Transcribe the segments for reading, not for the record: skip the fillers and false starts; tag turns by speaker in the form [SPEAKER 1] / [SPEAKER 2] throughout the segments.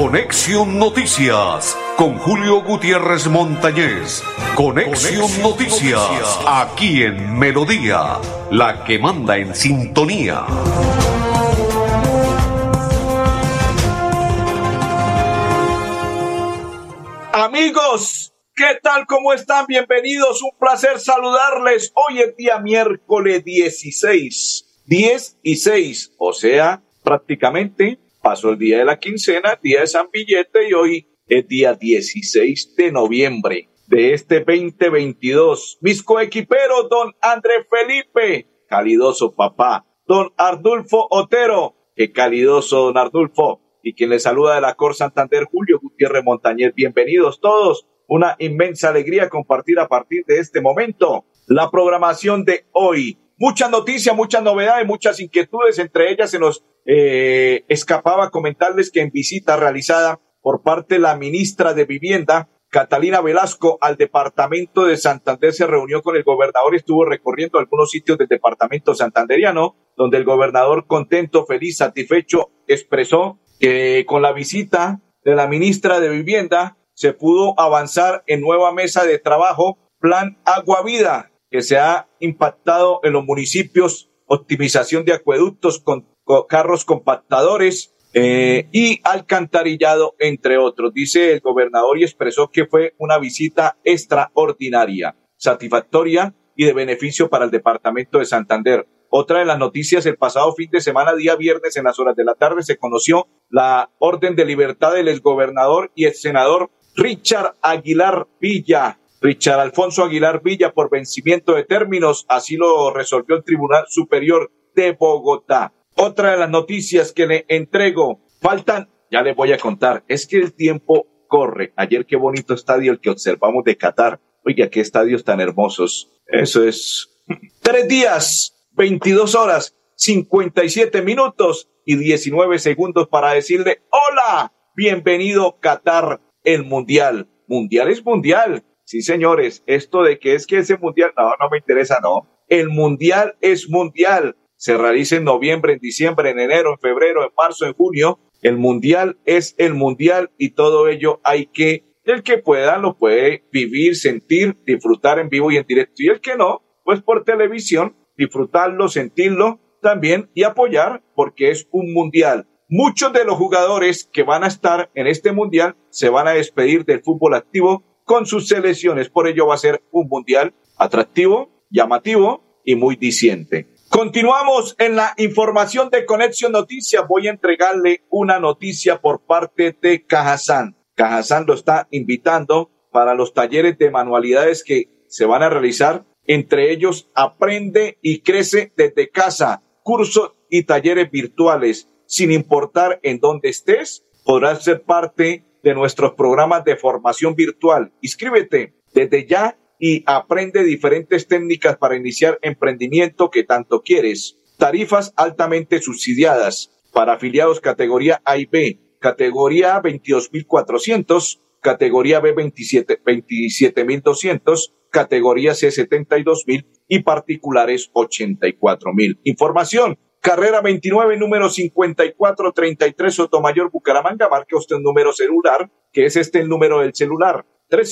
[SPEAKER 1] Conexión Noticias con Julio Gutiérrez Montañez. Conexión Noticias, aquí en Melodía, la que manda en sintonía.
[SPEAKER 2] Amigos, ¿qué tal? ¿Cómo están? Bienvenidos, un placer saludarles. Hoy es día miércoles 16, 10 y 6, o sea, prácticamente pasó el día de la quincena, día de San Billete, y hoy es día 16 de noviembre de este 2022. Mis coequiperos, don André Felipe, calidoso papá, don Ardulfo Otero, qué calidoso don Ardulfo, y quien les saluda de la Cor Santander, Julio Gutiérrez Montañez. Bienvenidos todos, una inmensa alegría compartir a partir de este momento la programación de hoy. Muchas noticias, muchas novedades, muchas inquietudes. Entre ellas se nos escapaba comentarles que en visita realizada por parte de la ministra de Vivienda, Catalina Velasco, al departamento de Santander, se reunió con el gobernador y estuvo recorriendo algunos sitios del departamento santanderiano, donde el gobernador, contento, feliz, satisfecho, expresó que con la visita de la ministra de Vivienda se pudo avanzar en nueva mesa de trabajo, Plan Agua Vida, que se ha impactado en los municipios, optimización de acueductos con carros compactadores y alcantarillado, entre otros. Dice el gobernador y expresó que fue una visita extraordinaria, satisfactoria y de beneficio para el departamento de Santander. Otra de las noticias, el pasado fin de semana, día viernes, en las horas de la tarde, se conoció la orden de libertad del exgobernador y exsenador Richard Alfonso Aguilar Villa, por vencimiento de términos. Así lo resolvió el Tribunal Superior de Bogotá. Otra de las noticias que le entrego, ya les voy a contar, es que el tiempo corre. Ayer qué bonito estadio el que observamos de Qatar. Oiga, qué estadios tan hermosos. Eso es 3 días, 22 horas, 57 minutos y 19 segundos para decirle hola, bienvenido Qatar, el mundial. Mundial es mundial. Sí, señores, esto de que ese mundial, no me interesa, no. El mundial es mundial. Se realiza en noviembre, en diciembre, en enero, en febrero, en marzo, en junio. El mundial es el mundial y todo ello el que pueda lo puede vivir, sentir, disfrutar en vivo y en directo. Y el que no, pues por televisión, disfrutarlo, sentirlo también y apoyar, porque es un mundial. Muchos de los jugadores que van a estar en este mundial se van a despedir del fútbol activo con sus selecciones. Por ello va a ser un mundial atractivo, llamativo y muy diciente. Continuamos en la información de Conexión Noticias. Voy a entregarle una noticia por parte de Cajazán. Cajazán lo está invitando para los talleres de manualidades que se van a realizar. Entre ellos, Aprende y Crece desde casa, cursos y talleres virtuales. Sin importar en dónde estés, podrás ser parte de nuestros programas de formación virtual. Inscríbete desde ya y aprende diferentes técnicas para iniciar emprendimiento que tanto quieres. Tarifas altamente subsidiadas para afiliados categoría A y B. Categoría A 22.400, categoría B 27.200, categoría C 72.000 y particulares 84.000. Información: carrera 29, número 5433, Sotomayor, Bucaramanga. Marque usted un número celular, que es el número del celular.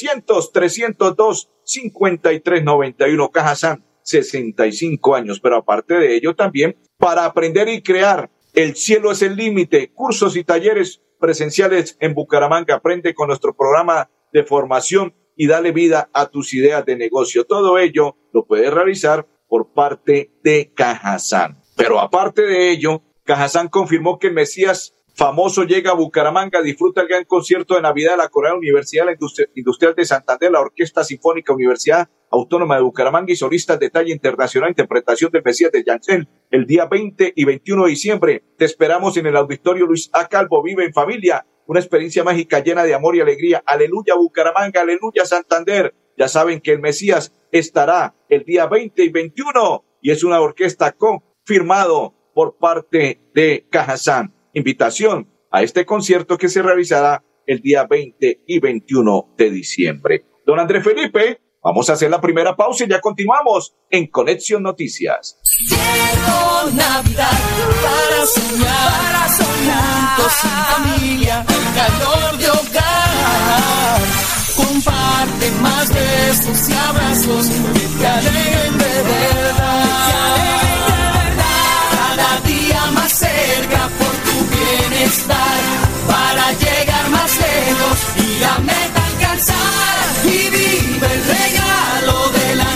[SPEAKER 2] 300-302-5391. Cajazán, 65 años. Pero aparte de ello también, para aprender y crear, el cielo es el límite. Cursos y talleres presenciales en Bucaramanga. Aprende con nuestro programa de formación y dale vida a tus ideas de negocio. Todo ello lo puedes realizar por parte de Cajazán. Pero aparte de ello, Cajazán confirmó que el Mesías famoso llega a Bucaramanga. Disfruta el gran concierto de Navidad de la Coral Universidad Industrial de Santander, la Orquesta Sinfónica Universidad Autónoma de Bucaramanga y solistas de talla internacional, interpretación del Mesías de Yancel, el día 20 y 21 de diciembre. Te esperamos en el Auditorio Luis A. Calvo. Vive en familia, una experiencia mágica llena de amor y alegría. Aleluya Bucaramanga, aleluya Santander. Ya saben que el Mesías estará el día 20 y 21 y es una orquesta confirmado por parte de Cajazán. Invitación a este concierto que se realizará el día 20 y 21 de diciembre. Don André Felipe, vamos a hacer la primera pausa y ya continuamos en Conexión Noticias.
[SPEAKER 3] Llegó Navidad para soñar juntos en familia, calor de hogar. Comparte más besos y abrazos que te alegren de verdad. Cada día más cerca por tu bienestar, para llegar más lejos y la meta alcanzar. Y vive el regalo de la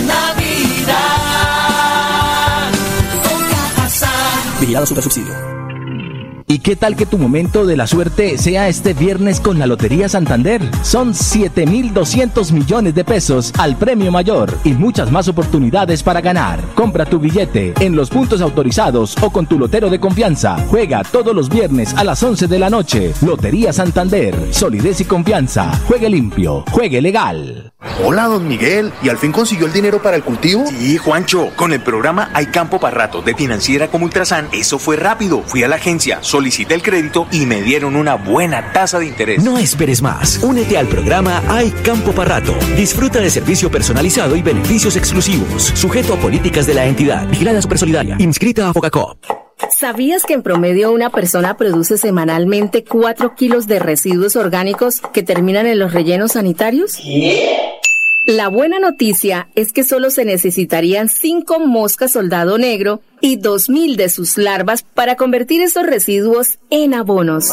[SPEAKER 3] Navidad con Cajazán.
[SPEAKER 4] Vigilado Supersubsidio. ¿Y qué tal que tu momento de la suerte sea este viernes con la Lotería Santander? Son 7.200 millones de pesos al premio mayor y muchas más oportunidades para ganar. Compra tu billete en los puntos autorizados o con tu lotero de confianza. Juega todos los viernes a las 11 de la noche. Lotería Santander. Solidez y confianza. Juegue limpio. Juegue legal.
[SPEAKER 5] Hola, don Miguel. ¿Y al fin consiguió el dinero para el cultivo?
[SPEAKER 6] Sí, Juancho. Con el programa Hay Campo para Rato de Financiera como Ultrasan, eso fue rápido. Fui a la agencia, solicité el crédito y me dieron una buena tasa de interés.
[SPEAKER 7] No esperes más. Únete al programa Hay Campo para Rato. Disfruta de servicio personalizado y beneficios exclusivos. Sujeto a políticas de la entidad. Vigilada Supersolidaria. Inscrita a Focacop.
[SPEAKER 8] ¿Sabías que en promedio una persona produce semanalmente 4 kilos de residuos orgánicos que terminan en los rellenos sanitarios? ¿Qué? La buena noticia es que solo se necesitarían 5 moscas soldado negro y 2.000 de sus larvas para convertir esos residuos en abonos.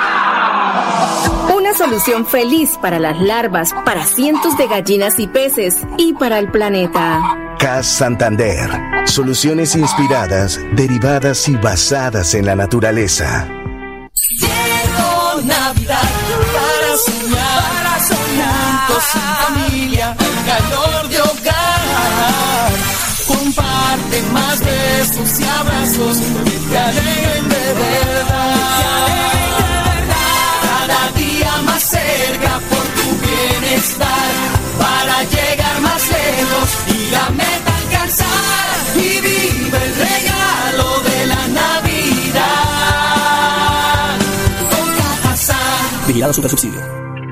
[SPEAKER 8] Una solución feliz para las larvas, para cientos de gallinas y peces y para el planeta.
[SPEAKER 9] CAS Santander. Soluciones inspiradas, derivadas y basadas en la naturaleza.
[SPEAKER 3] Llegó Navidad para soñar juntos en familia, calor de hogar. Comparte más besos y abrazos que te alegren de verdad. Cada día más cerca por tu bienestar, para llegar más lejos y la meta alcanzar. Y vive el regalo de la Navidad con Cajazán.
[SPEAKER 4] Vigilado Supersubsidio.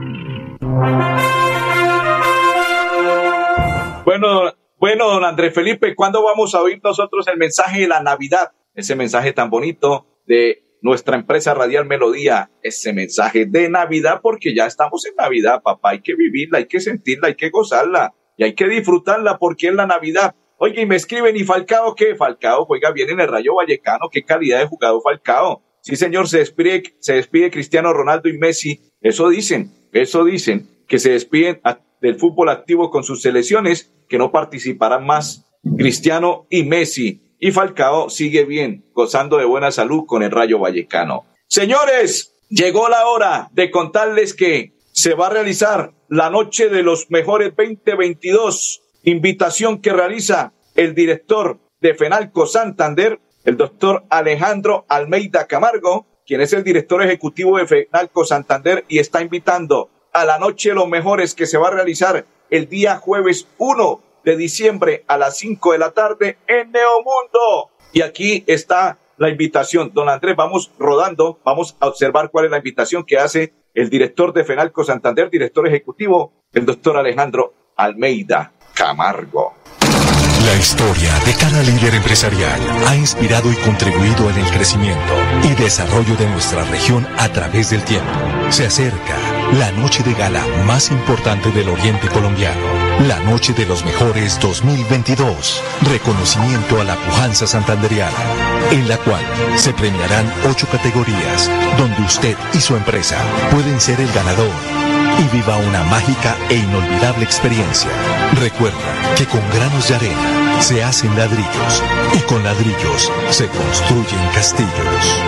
[SPEAKER 2] Bueno, don Andrés Felipe, ¿cuándo vamos a oír nosotros el mensaje de la Navidad? Ese mensaje tan bonito de nuestra empresa Radial Melodía, ese mensaje de Navidad, porque ya estamos en Navidad, papá, hay que vivirla, hay que sentirla, hay que gozarla y hay que disfrutarla porque es la Navidad. Oye, y me escriben, ¿y Falcao qué? Falcao juega bien en el Rayo Vallecano, qué calidad de jugador Falcao. Sí, señor, se despide Cristiano Ronaldo y Messi, eso dicen, que se despiden del fútbol activo con sus selecciones, que no participarán más Cristiano y Messi. Y Falcao sigue bien, gozando de buena salud con el Rayo Vallecano. Señores, llegó la hora de contarles que se va a realizar la Noche de los Mejores 2022, invitación que realiza el director de FENALCO Santander, el doctor Alejandro Almeida Camargo, quien es el director ejecutivo de FENALCO Santander y está invitando a la Noche de los Mejores que se va a realizar el día jueves 1 de diciembre a las 5 de la tarde en Neomundo. Y aquí está la invitación. Don Andrés, vamos rodando, vamos a observar cuál es la invitación que hace el director de FENALCO Santander, director ejecutivo, el doctor Alejandro Almeida Camargo.
[SPEAKER 10] La historia de cada líder empresarial ha inspirado y contribuido en el crecimiento y desarrollo de nuestra región a través del tiempo. Se acerca la noche de gala más importante del oriente colombiano, la Noche de los Mejores 2022, reconocimiento a la pujanza santanderiana, en la cual se premiarán 8 categorías, donde usted y su empresa pueden ser el ganador y viva una mágica e inolvidable experiencia. Recuerda que con granos de arena se hacen ladrillos y con ladrillos se construyen castillos.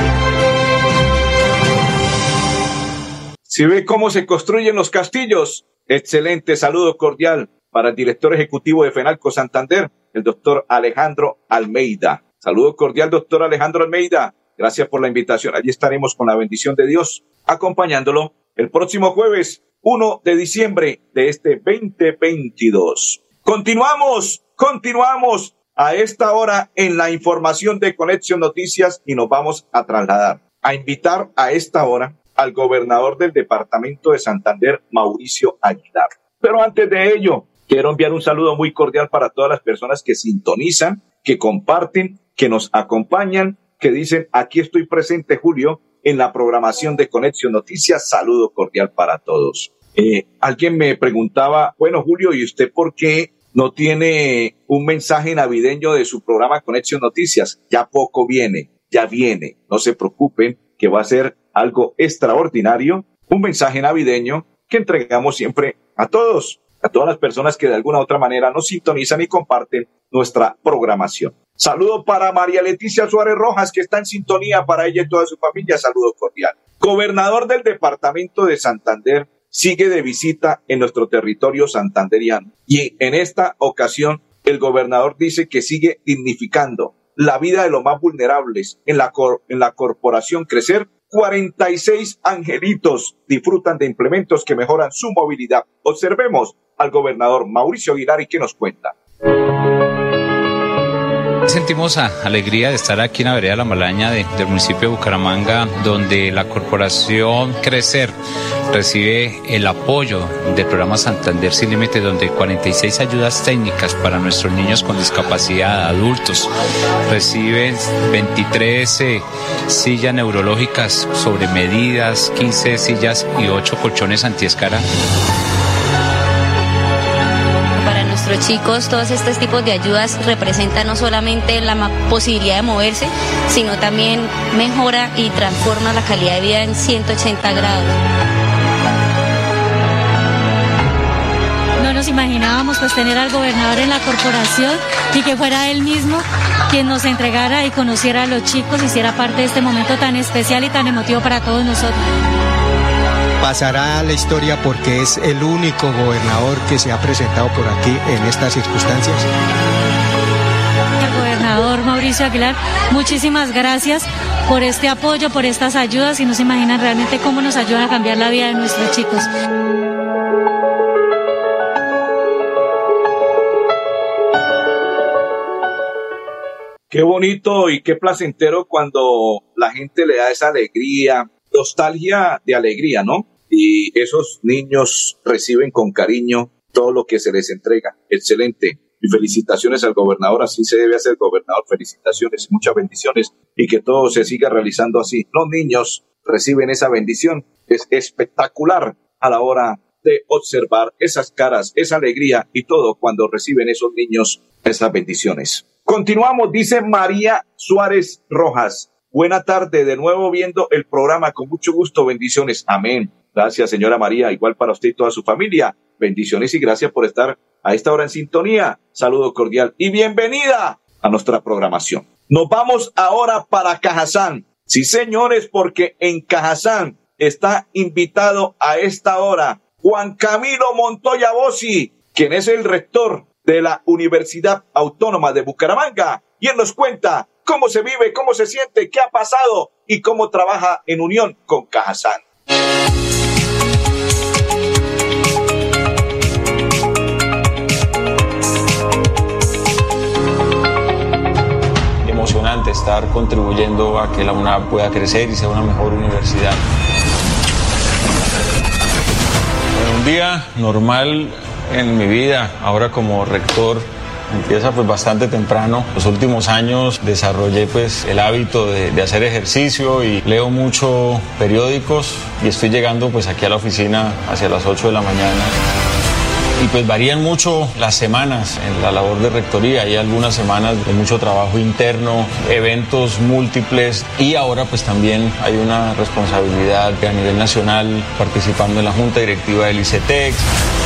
[SPEAKER 2] Si ve cómo se construyen los castillos, excelente saludo cordial para el director ejecutivo de FENALCO Santander, el doctor Alejandro Almeida. Saludo cordial, doctor Alejandro Almeida. Gracias por la invitación. Allí estaremos con la bendición de Dios, acompañándolo el próximo jueves 1 de diciembre de este 2022. Continuamos a esta hora en la información de Conexión Noticias y nos vamos a trasladar, a invitar a esta hora al gobernador del departamento de Santander, Mauricio Aguilar. Pero antes de ello, quiero enviar un saludo muy cordial para todas las personas que sintonizan, que comparten, que nos acompañan, que dicen, aquí estoy presente, Julio, en la programación de Conexión Noticias. Saludo cordial para todos. Alguien me preguntaba, bueno, Julio, ¿y usted por qué no tiene un mensaje navideño de su programa Conexión Noticias? Ya poco viene, ya viene. No se preocupen, que va a ser algo extraordinario, un mensaje navideño que entregamos siempre a todas las personas que de alguna u otra manera nos sintonizan y comparten nuestra programación. Saludo para María Leticia Suárez Rojas, que está en sintonía, para ella y toda su familia. Saludo cordial. Gobernador del departamento de Santander sigue de visita en nuestro territorio santanderiano. Y en esta ocasión, el gobernador dice que sigue dignificando la vida de los más vulnerables. En la corporación Crecer, 46 angelitos disfrutan de implementos que mejoran su movilidad. Observemos al gobernador Mauricio Aguilar y qué nos cuenta.
[SPEAKER 11] Sentimos alegría de estar aquí en la vereda La Malaña del municipio de Bucaramanga, donde la corporación Crecer recibe el apoyo del programa Santander Sin Límites, donde 46 ayudas técnicas para nuestros niños con discapacidad, adultos, reciben 23 sillas neurológicas sobre medidas, 15 sillas y 8 colchones antiescara.
[SPEAKER 12] Nuestros chicos, todos estos tipos de ayudas representan no solamente la posibilidad de moverse, sino también mejora y transforma la calidad de vida en 180 grados.
[SPEAKER 13] No nos imaginábamos pues tener al gobernador en la corporación y que fuera él mismo quien nos entregara y conociera a los chicos, hiciera parte de este momento tan especial y tan emotivo para todos nosotros.
[SPEAKER 14] Pasará a la historia porque es el único gobernador que se ha presentado por aquí en estas circunstancias.
[SPEAKER 13] El gobernador Mauricio Aguilar, muchísimas gracias por este apoyo, por estas ayudas, y no se imaginan realmente cómo nos ayudan a cambiar la vida de nuestros chicos.
[SPEAKER 2] Qué bonito y qué placentero cuando la gente le da esa alegría, nostalgia de alegría, ¿no? Y esos niños reciben con cariño todo lo que se les entrega. Excelente. Y felicitaciones al gobernador. Así se debe hacer, gobernador. Felicitaciones, muchas bendiciones. Y que todo se siga realizando así. Los niños reciben esa bendición. Es espectacular a la hora de observar esas caras, esa alegría y todo cuando reciben esos niños esas bendiciones. Continuamos, dice María Suárez Rojas. Buena tarde, de nuevo viendo el programa, con mucho gusto, bendiciones. Amén. Gracias, señora María, igual para usted y toda su familia. Bendiciones y gracias por estar a esta hora en sintonía. Saludo cordial y bienvenida a nuestra programación. Nos vamos ahora para Cajazán. Sí, señores, porque en Cajazán está invitado a esta hora Juan Camilo Montoya Bossi, quien es el rector de la Universidad Autónoma de Bucaramanga. Y él nos cuenta cómo se vive, cómo se siente, qué ha pasado y cómo trabaja en unión con Cajazán.
[SPEAKER 15] Emocionante estar contribuyendo a que la UNAP pueda crecer y sea una mejor universidad. Un día normal en mi vida, ahora como rector, empieza pues bastante temprano. Los últimos años desarrollé pues el hábito de hacer ejercicio y leo mucho periódicos y estoy llegando pues aquí a la oficina hacia las 8 de la mañana. Y pues varían mucho las semanas en la labor de rectoría. Hay algunas semanas de mucho trabajo interno, eventos múltiples y ahora pues también hay una responsabilidad a nivel nacional participando en la Junta Directiva del ICETEX.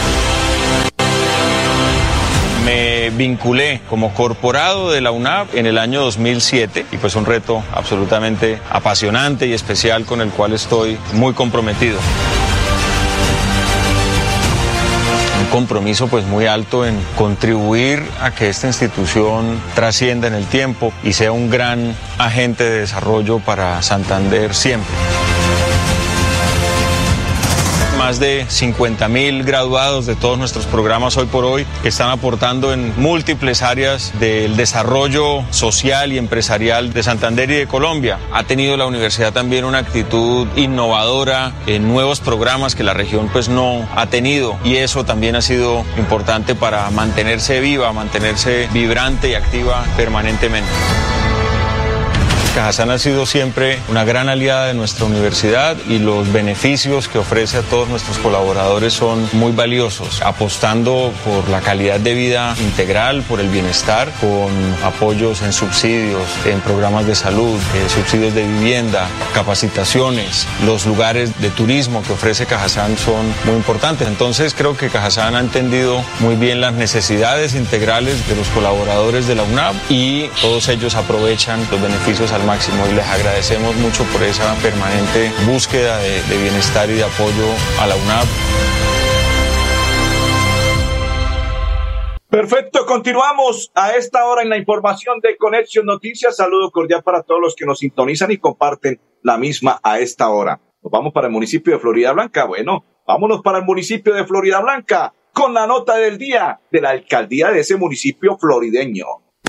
[SPEAKER 15] Me vinculé como corporado de la UNAP en el año 2007 y pues un reto absolutamente apasionante y especial con el cual estoy muy comprometido. Un compromiso pues muy alto en contribuir a que esta institución trascienda en el tiempo y sea un gran agente de desarrollo para Santander siempre. Más de 50.000 graduados de todos nuestros programas hoy por hoy que están aportando en múltiples áreas del desarrollo social y empresarial de Santander y de Colombia. Ha tenido la universidad también una actitud innovadora en nuevos programas que la región pues no ha tenido y eso también ha sido importante para mantenerse viva, mantenerse vibrante y activa permanentemente. Cajazán ha sido siempre una gran aliada de nuestra universidad y los beneficios que ofrece a todos nuestros colaboradores son muy valiosos, apostando por la calidad de vida integral, por el bienestar, con apoyos en subsidios, en programas de salud, subsidios de vivienda, capacitaciones. Los lugares de turismo que ofrece Cajazán son muy importantes. Entonces creo que Cajazán ha entendido muy bien las necesidades integrales de los colaboradores de la UNAV y todos ellos aprovechan los beneficios al máximo y les agradecemos mucho por esa permanente búsqueda de bienestar y de apoyo a la UNAV.
[SPEAKER 2] Perfecto, continuamos a esta hora en la información de Conexión Noticias. Saludo cordial para todos los que nos sintonizan y comparten la misma a esta hora. Nos vamos para el municipio de Florida Blanca. Bueno, vámonos para el municipio de Florida Blanca con la nota del día de la alcaldía de ese municipio florideño.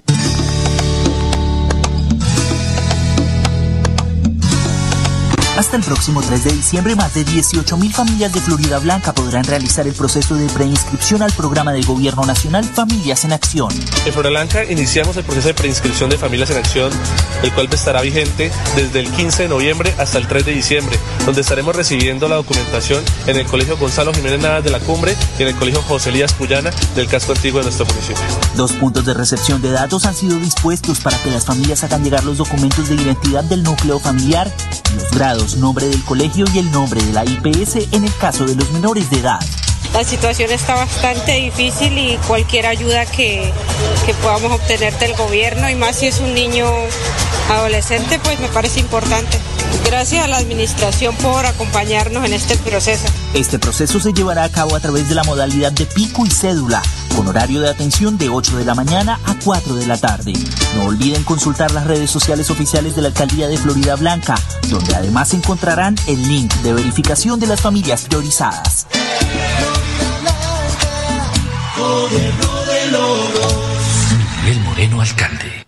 [SPEAKER 16] Hasta el próximo 3 de diciembre, más de 18.000 familias de Florida Blanca podrán realizar el proceso de preinscripción al programa del Gobierno Nacional Familias en Acción.
[SPEAKER 17] En Florida Blanca iniciamos el proceso de preinscripción de Familias en Acción, el cual estará vigente desde el 15 de noviembre hasta el 3 de diciembre, donde estaremos recibiendo la documentación en el Colegio Gonzalo Jiménez Navas de la Cumbre y en el Colegio José Elías Puyana del casco antiguo de nuestro municipio.
[SPEAKER 16] 2 puntos de recepción de datos han sido dispuestos para que las familias hagan llegar los documentos de identidad del núcleo familiar, los grados, nombre del colegio y el nombre de la IPS en el caso de los menores de edad.
[SPEAKER 18] La situación está bastante difícil y cualquier ayuda que podamos obtener del gobierno, y más si es un niño adolescente, pues me parece importante. Gracias a la administración por acompañarnos en este proceso.
[SPEAKER 16] Este proceso se llevará a cabo a través de la modalidad de pico y cédula, con horario de atención de 8 de la mañana a 4 de la tarde. No olviden consultar las redes sociales oficiales de la Alcaldía de Florida Blanca, donde además encontrarán el link de verificación de las familias priorizadas.
[SPEAKER 19] Miguel Moreno, alcalde.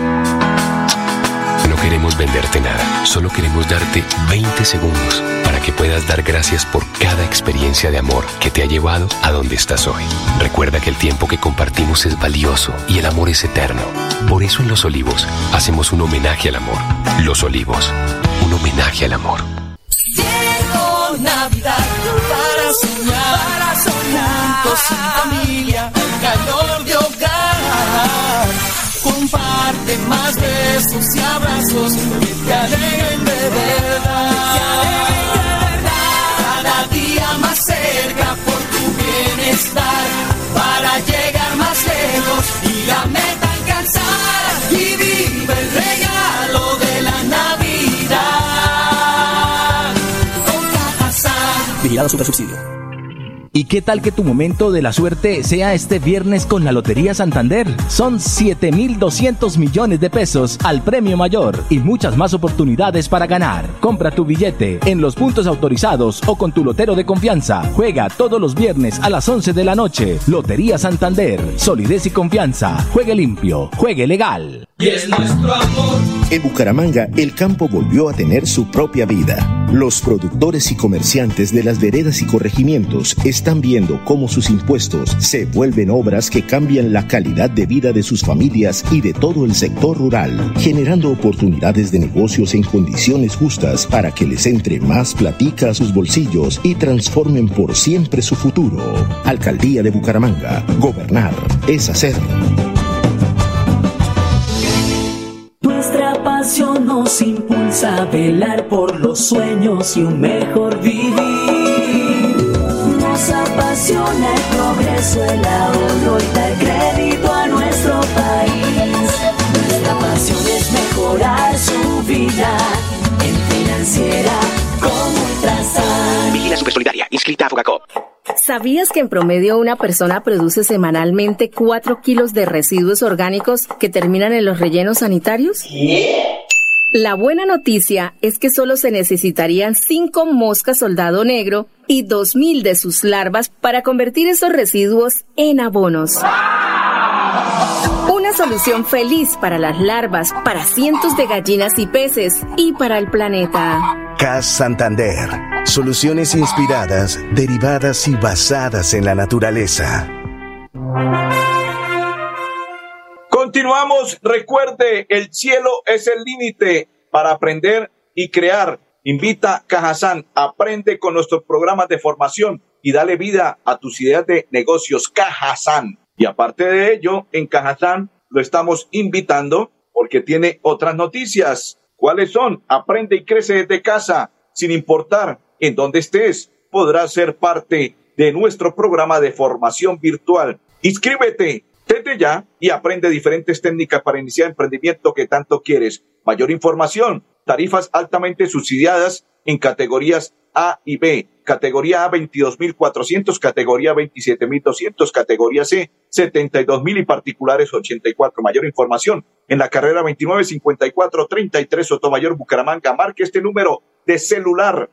[SPEAKER 19] No queremos venderte nada, solo queremos darte 20 segundos para que puedas dar gracias por cada experiencia de amor que te ha llevado a donde estás hoy. Recuerda que el tiempo que compartimos es valioso y el amor es eterno. Por eso en Los Olivos hacemos un homenaje al amor. Los Olivos, un homenaje al amor.
[SPEAKER 3] Llegó Navidad para soñar, juntos en familia, el calor de hogar. Comparte más besos y abrazos que te alegren de verdad. Cada día más cerca por tu bienestar, para llegar más lejos y la meta alcanzar. Y vive el regalo de la Navidad con Cajazán.
[SPEAKER 4] Vigilado Supersubsidio. ¿Y qué tal que tu momento de la suerte sea este viernes con la Lotería Santander? Son 7.200 millones de pesos al premio mayor y muchas más oportunidades para ganar. Compra tu billete en los puntos autorizados o con tu lotero de confianza. Juega todos los viernes a las 11 de la noche. Lotería Santander. Solidez y confianza. Juegue limpio. Juegue legal.
[SPEAKER 3] Y es nuestro amor.
[SPEAKER 9] En Bucaramanga, el campo volvió a tener su propia vida. Los productores y comerciantes de las veredas y corregimientos están viendo cómo sus impuestos se vuelven obras que cambian la calidad de vida de sus familias y de todo el sector rural, generando oportunidades de negocios en condiciones justas para que les entre más platica a sus bolsillos y transformen por siempre su futuro. Alcaldía de Bucaramanga. Gobernar es hacer.
[SPEAKER 3] Nuestra pasión nos impulsa a velar por los sueños y un mejor vivir. Nos apasiona el progreso, el ahorro y dar crédito a nuestro país. Nuestra pasión es mejorar su vida en Financiera como Ultrasan.
[SPEAKER 7] Vigila Supersolidaria, inscrita a Fogacop.
[SPEAKER 8] ¿Sabías que en promedio una persona produce semanalmente 4 kilos de residuos orgánicos que terminan en los rellenos sanitarios? La buena noticia es que solo se necesitarían 5 moscas soldado negro y 2.000 de sus larvas para convertir esos residuos en abonos. Una solución feliz para las larvas, para cientos de gallinas y peces y para el planeta.
[SPEAKER 9] CAS Santander. Soluciones inspiradas, derivadas y basadas en la naturaleza.
[SPEAKER 2] Continuamos. Recuerde, el cielo es el límite. para aprender y crear. Invita Cajazán, aprende con nuestros programas de formación y dale vida a tus ideas de negocios. Cajazán. Y aparte de ello, en Cajazán lo estamos invitando porque tiene otras noticias. ¿Cuáles son? Aprende y crece desde casa, sin importar en dónde estés. Podrás ser parte de nuestro programa de formación virtual. Inscríbete desde ya y aprende diferentes técnicas para iniciar emprendimiento que tanto quieres. Mayor información, tarifas altamente subsidiadas en categorías A y B. Categoría A, 22.400, categoría 27.200, categoría C, 72.000 y particulares 84. Mayor información en la carrera 295433 Sotomayor, Bucaramanga. Marque este número de celular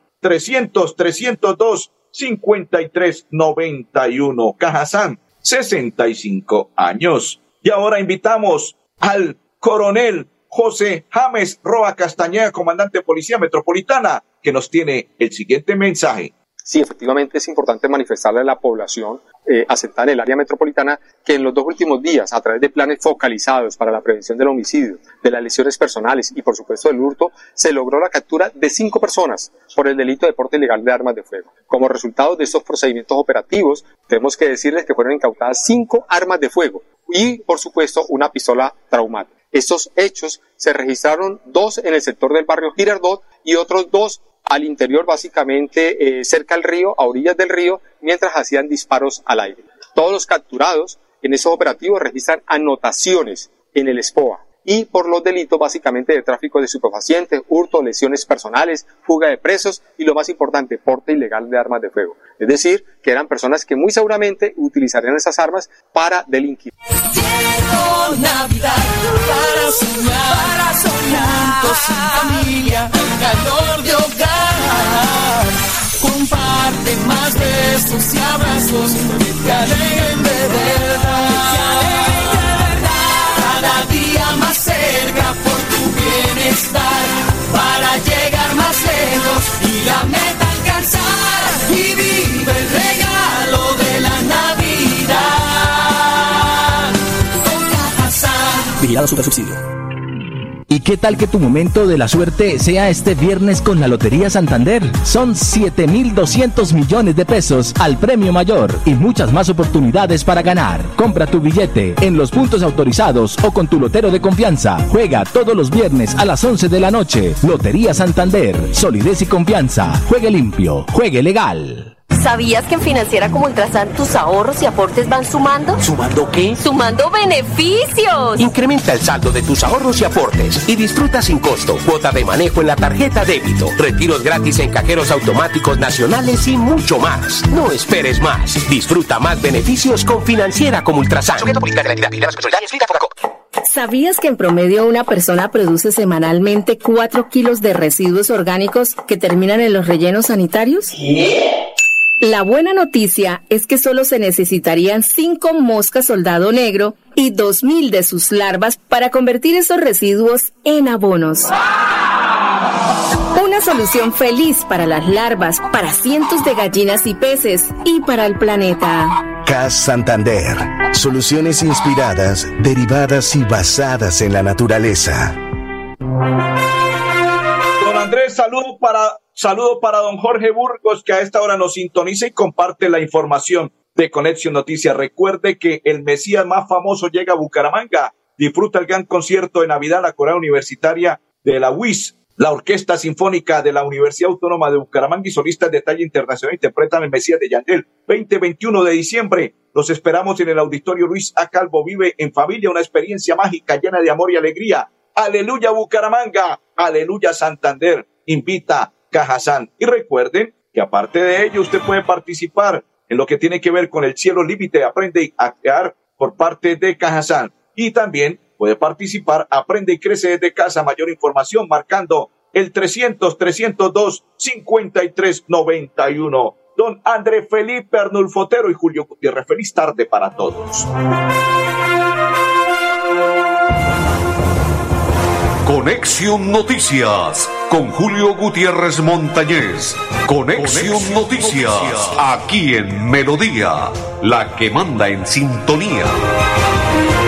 [SPEAKER 2] 300-302-5391. Cajazán, 65 años. Y ahora invitamos al coronel José James Roa Castañeda, comandante de Policía Metropolitana, que nos tiene el siguiente mensaje.
[SPEAKER 20] Sí, efectivamente es importante manifestarle a la población asentada en el área metropolitana que en los 2 últimos días, a través de planes focalizados para la prevención del homicidio, de las lesiones personales y por supuesto del hurto, se logró la captura de 5 personas por el delito de porte ilegal de armas de fuego. Como resultado de estos procedimientos operativos, tenemos que decirles que fueron incautadas 5 armas de fuego y por supuesto una pistola traumática. Estos hechos se registraron 2 en el sector del barrio Girardot y otros 2 al interior, básicamente cerca al río, a orillas del río, mientras hacían disparos al aire. Todos los capturados en esos operativos registran anotaciones en el SPOA y por los delitos básicamente de tráfico de estupefacientes, hurto, lesiones personales, fuga de presos y lo más importante, porte ilegal de armas de fuego. Es decir, que eran personas que muy seguramente utilizarían esas armas para delinquir.
[SPEAKER 3] Llegó Navidad para soñar juntos en familia, el calor de hogar. Comparte más besos y abrazos que te alegren de verdad. Cada día más cerca por tu bienestar, para llegar más lejos y la meta alcanzar. Y vive el regalo de la Navidad. Con Cajazán.
[SPEAKER 4] Vigilado Supersubsidio. ¿Y qué tal que tu momento de la suerte sea este viernes con la Lotería Santander? Son 7.200 millones de pesos al premio mayor y muchas más oportunidades para ganar. Compra tu billete en los puntos autorizados o con tu lotero de confianza. Juega todos los viernes a las 11 de la noche. Lotería Santander. Solidez y confianza. Juegue limpio. Juegue legal.
[SPEAKER 8] ¿Sabías que en Financiera como Ultrasan tus ahorros y aportes van sumando?
[SPEAKER 7] ¿Sumando qué?
[SPEAKER 8] ¡Sumando beneficios!
[SPEAKER 7] Incrementa el saldo de tus ahorros y aportes y disfruta sin costo cuota de manejo en la tarjeta débito, retiros gratis en cajeros automáticos nacionales y mucho más. No esperes más. Disfruta más beneficios con Financiera como Ultrasan.
[SPEAKER 8] ¿Sabías que en promedio una persona produce semanalmente 4 kilos de residuos orgánicos que terminan en los rellenos sanitarios? La buena noticia es que solo se necesitarían 5 moscas soldado negro y 2.000 de sus larvas para convertir esos residuos en abonos. Una solución feliz para las larvas, para cientos de gallinas y peces y para el planeta.
[SPEAKER 9] CAS Santander. Soluciones inspiradas, derivadas y basadas en la naturaleza.
[SPEAKER 2] Don Andrés, saludo para don Jorge Burgos, que a esta hora nos sintoniza y comparte la información de Conexión Noticias. Recuerde que el Mesías más famoso llega a Bucaramanga. Disfruta el gran concierto de Navidad, la coral universitaria de la UIS. La Orquesta Sinfónica de la Universidad Autónoma de Bucaramanga y solistas de talla internacional interpretan el Mesías de Yandel. 20-21 de diciembre. Los esperamos en el Auditorio Luis A. Calvo. Vive en familia una experiencia mágica llena de amor y alegría. Aleluya Bucaramanga. Aleluya Santander. Invita Cajazán. Y recuerden que aparte de ello usted puede participar en lo que tiene que ver con el Cielo Límite. Aprende a crear por parte de Cajazán. Y también puede participar, aprende y crece desde casa. Mayor información marcando el 300-302-5391. Don André Felipe Arnulfo Otero y Julio Gutiérrez. Feliz tarde para todos.
[SPEAKER 1] Conexión Noticias con Julio Gutiérrez Montañez. Conexión Noticias aquí en Melodía, la que manda en sintonía.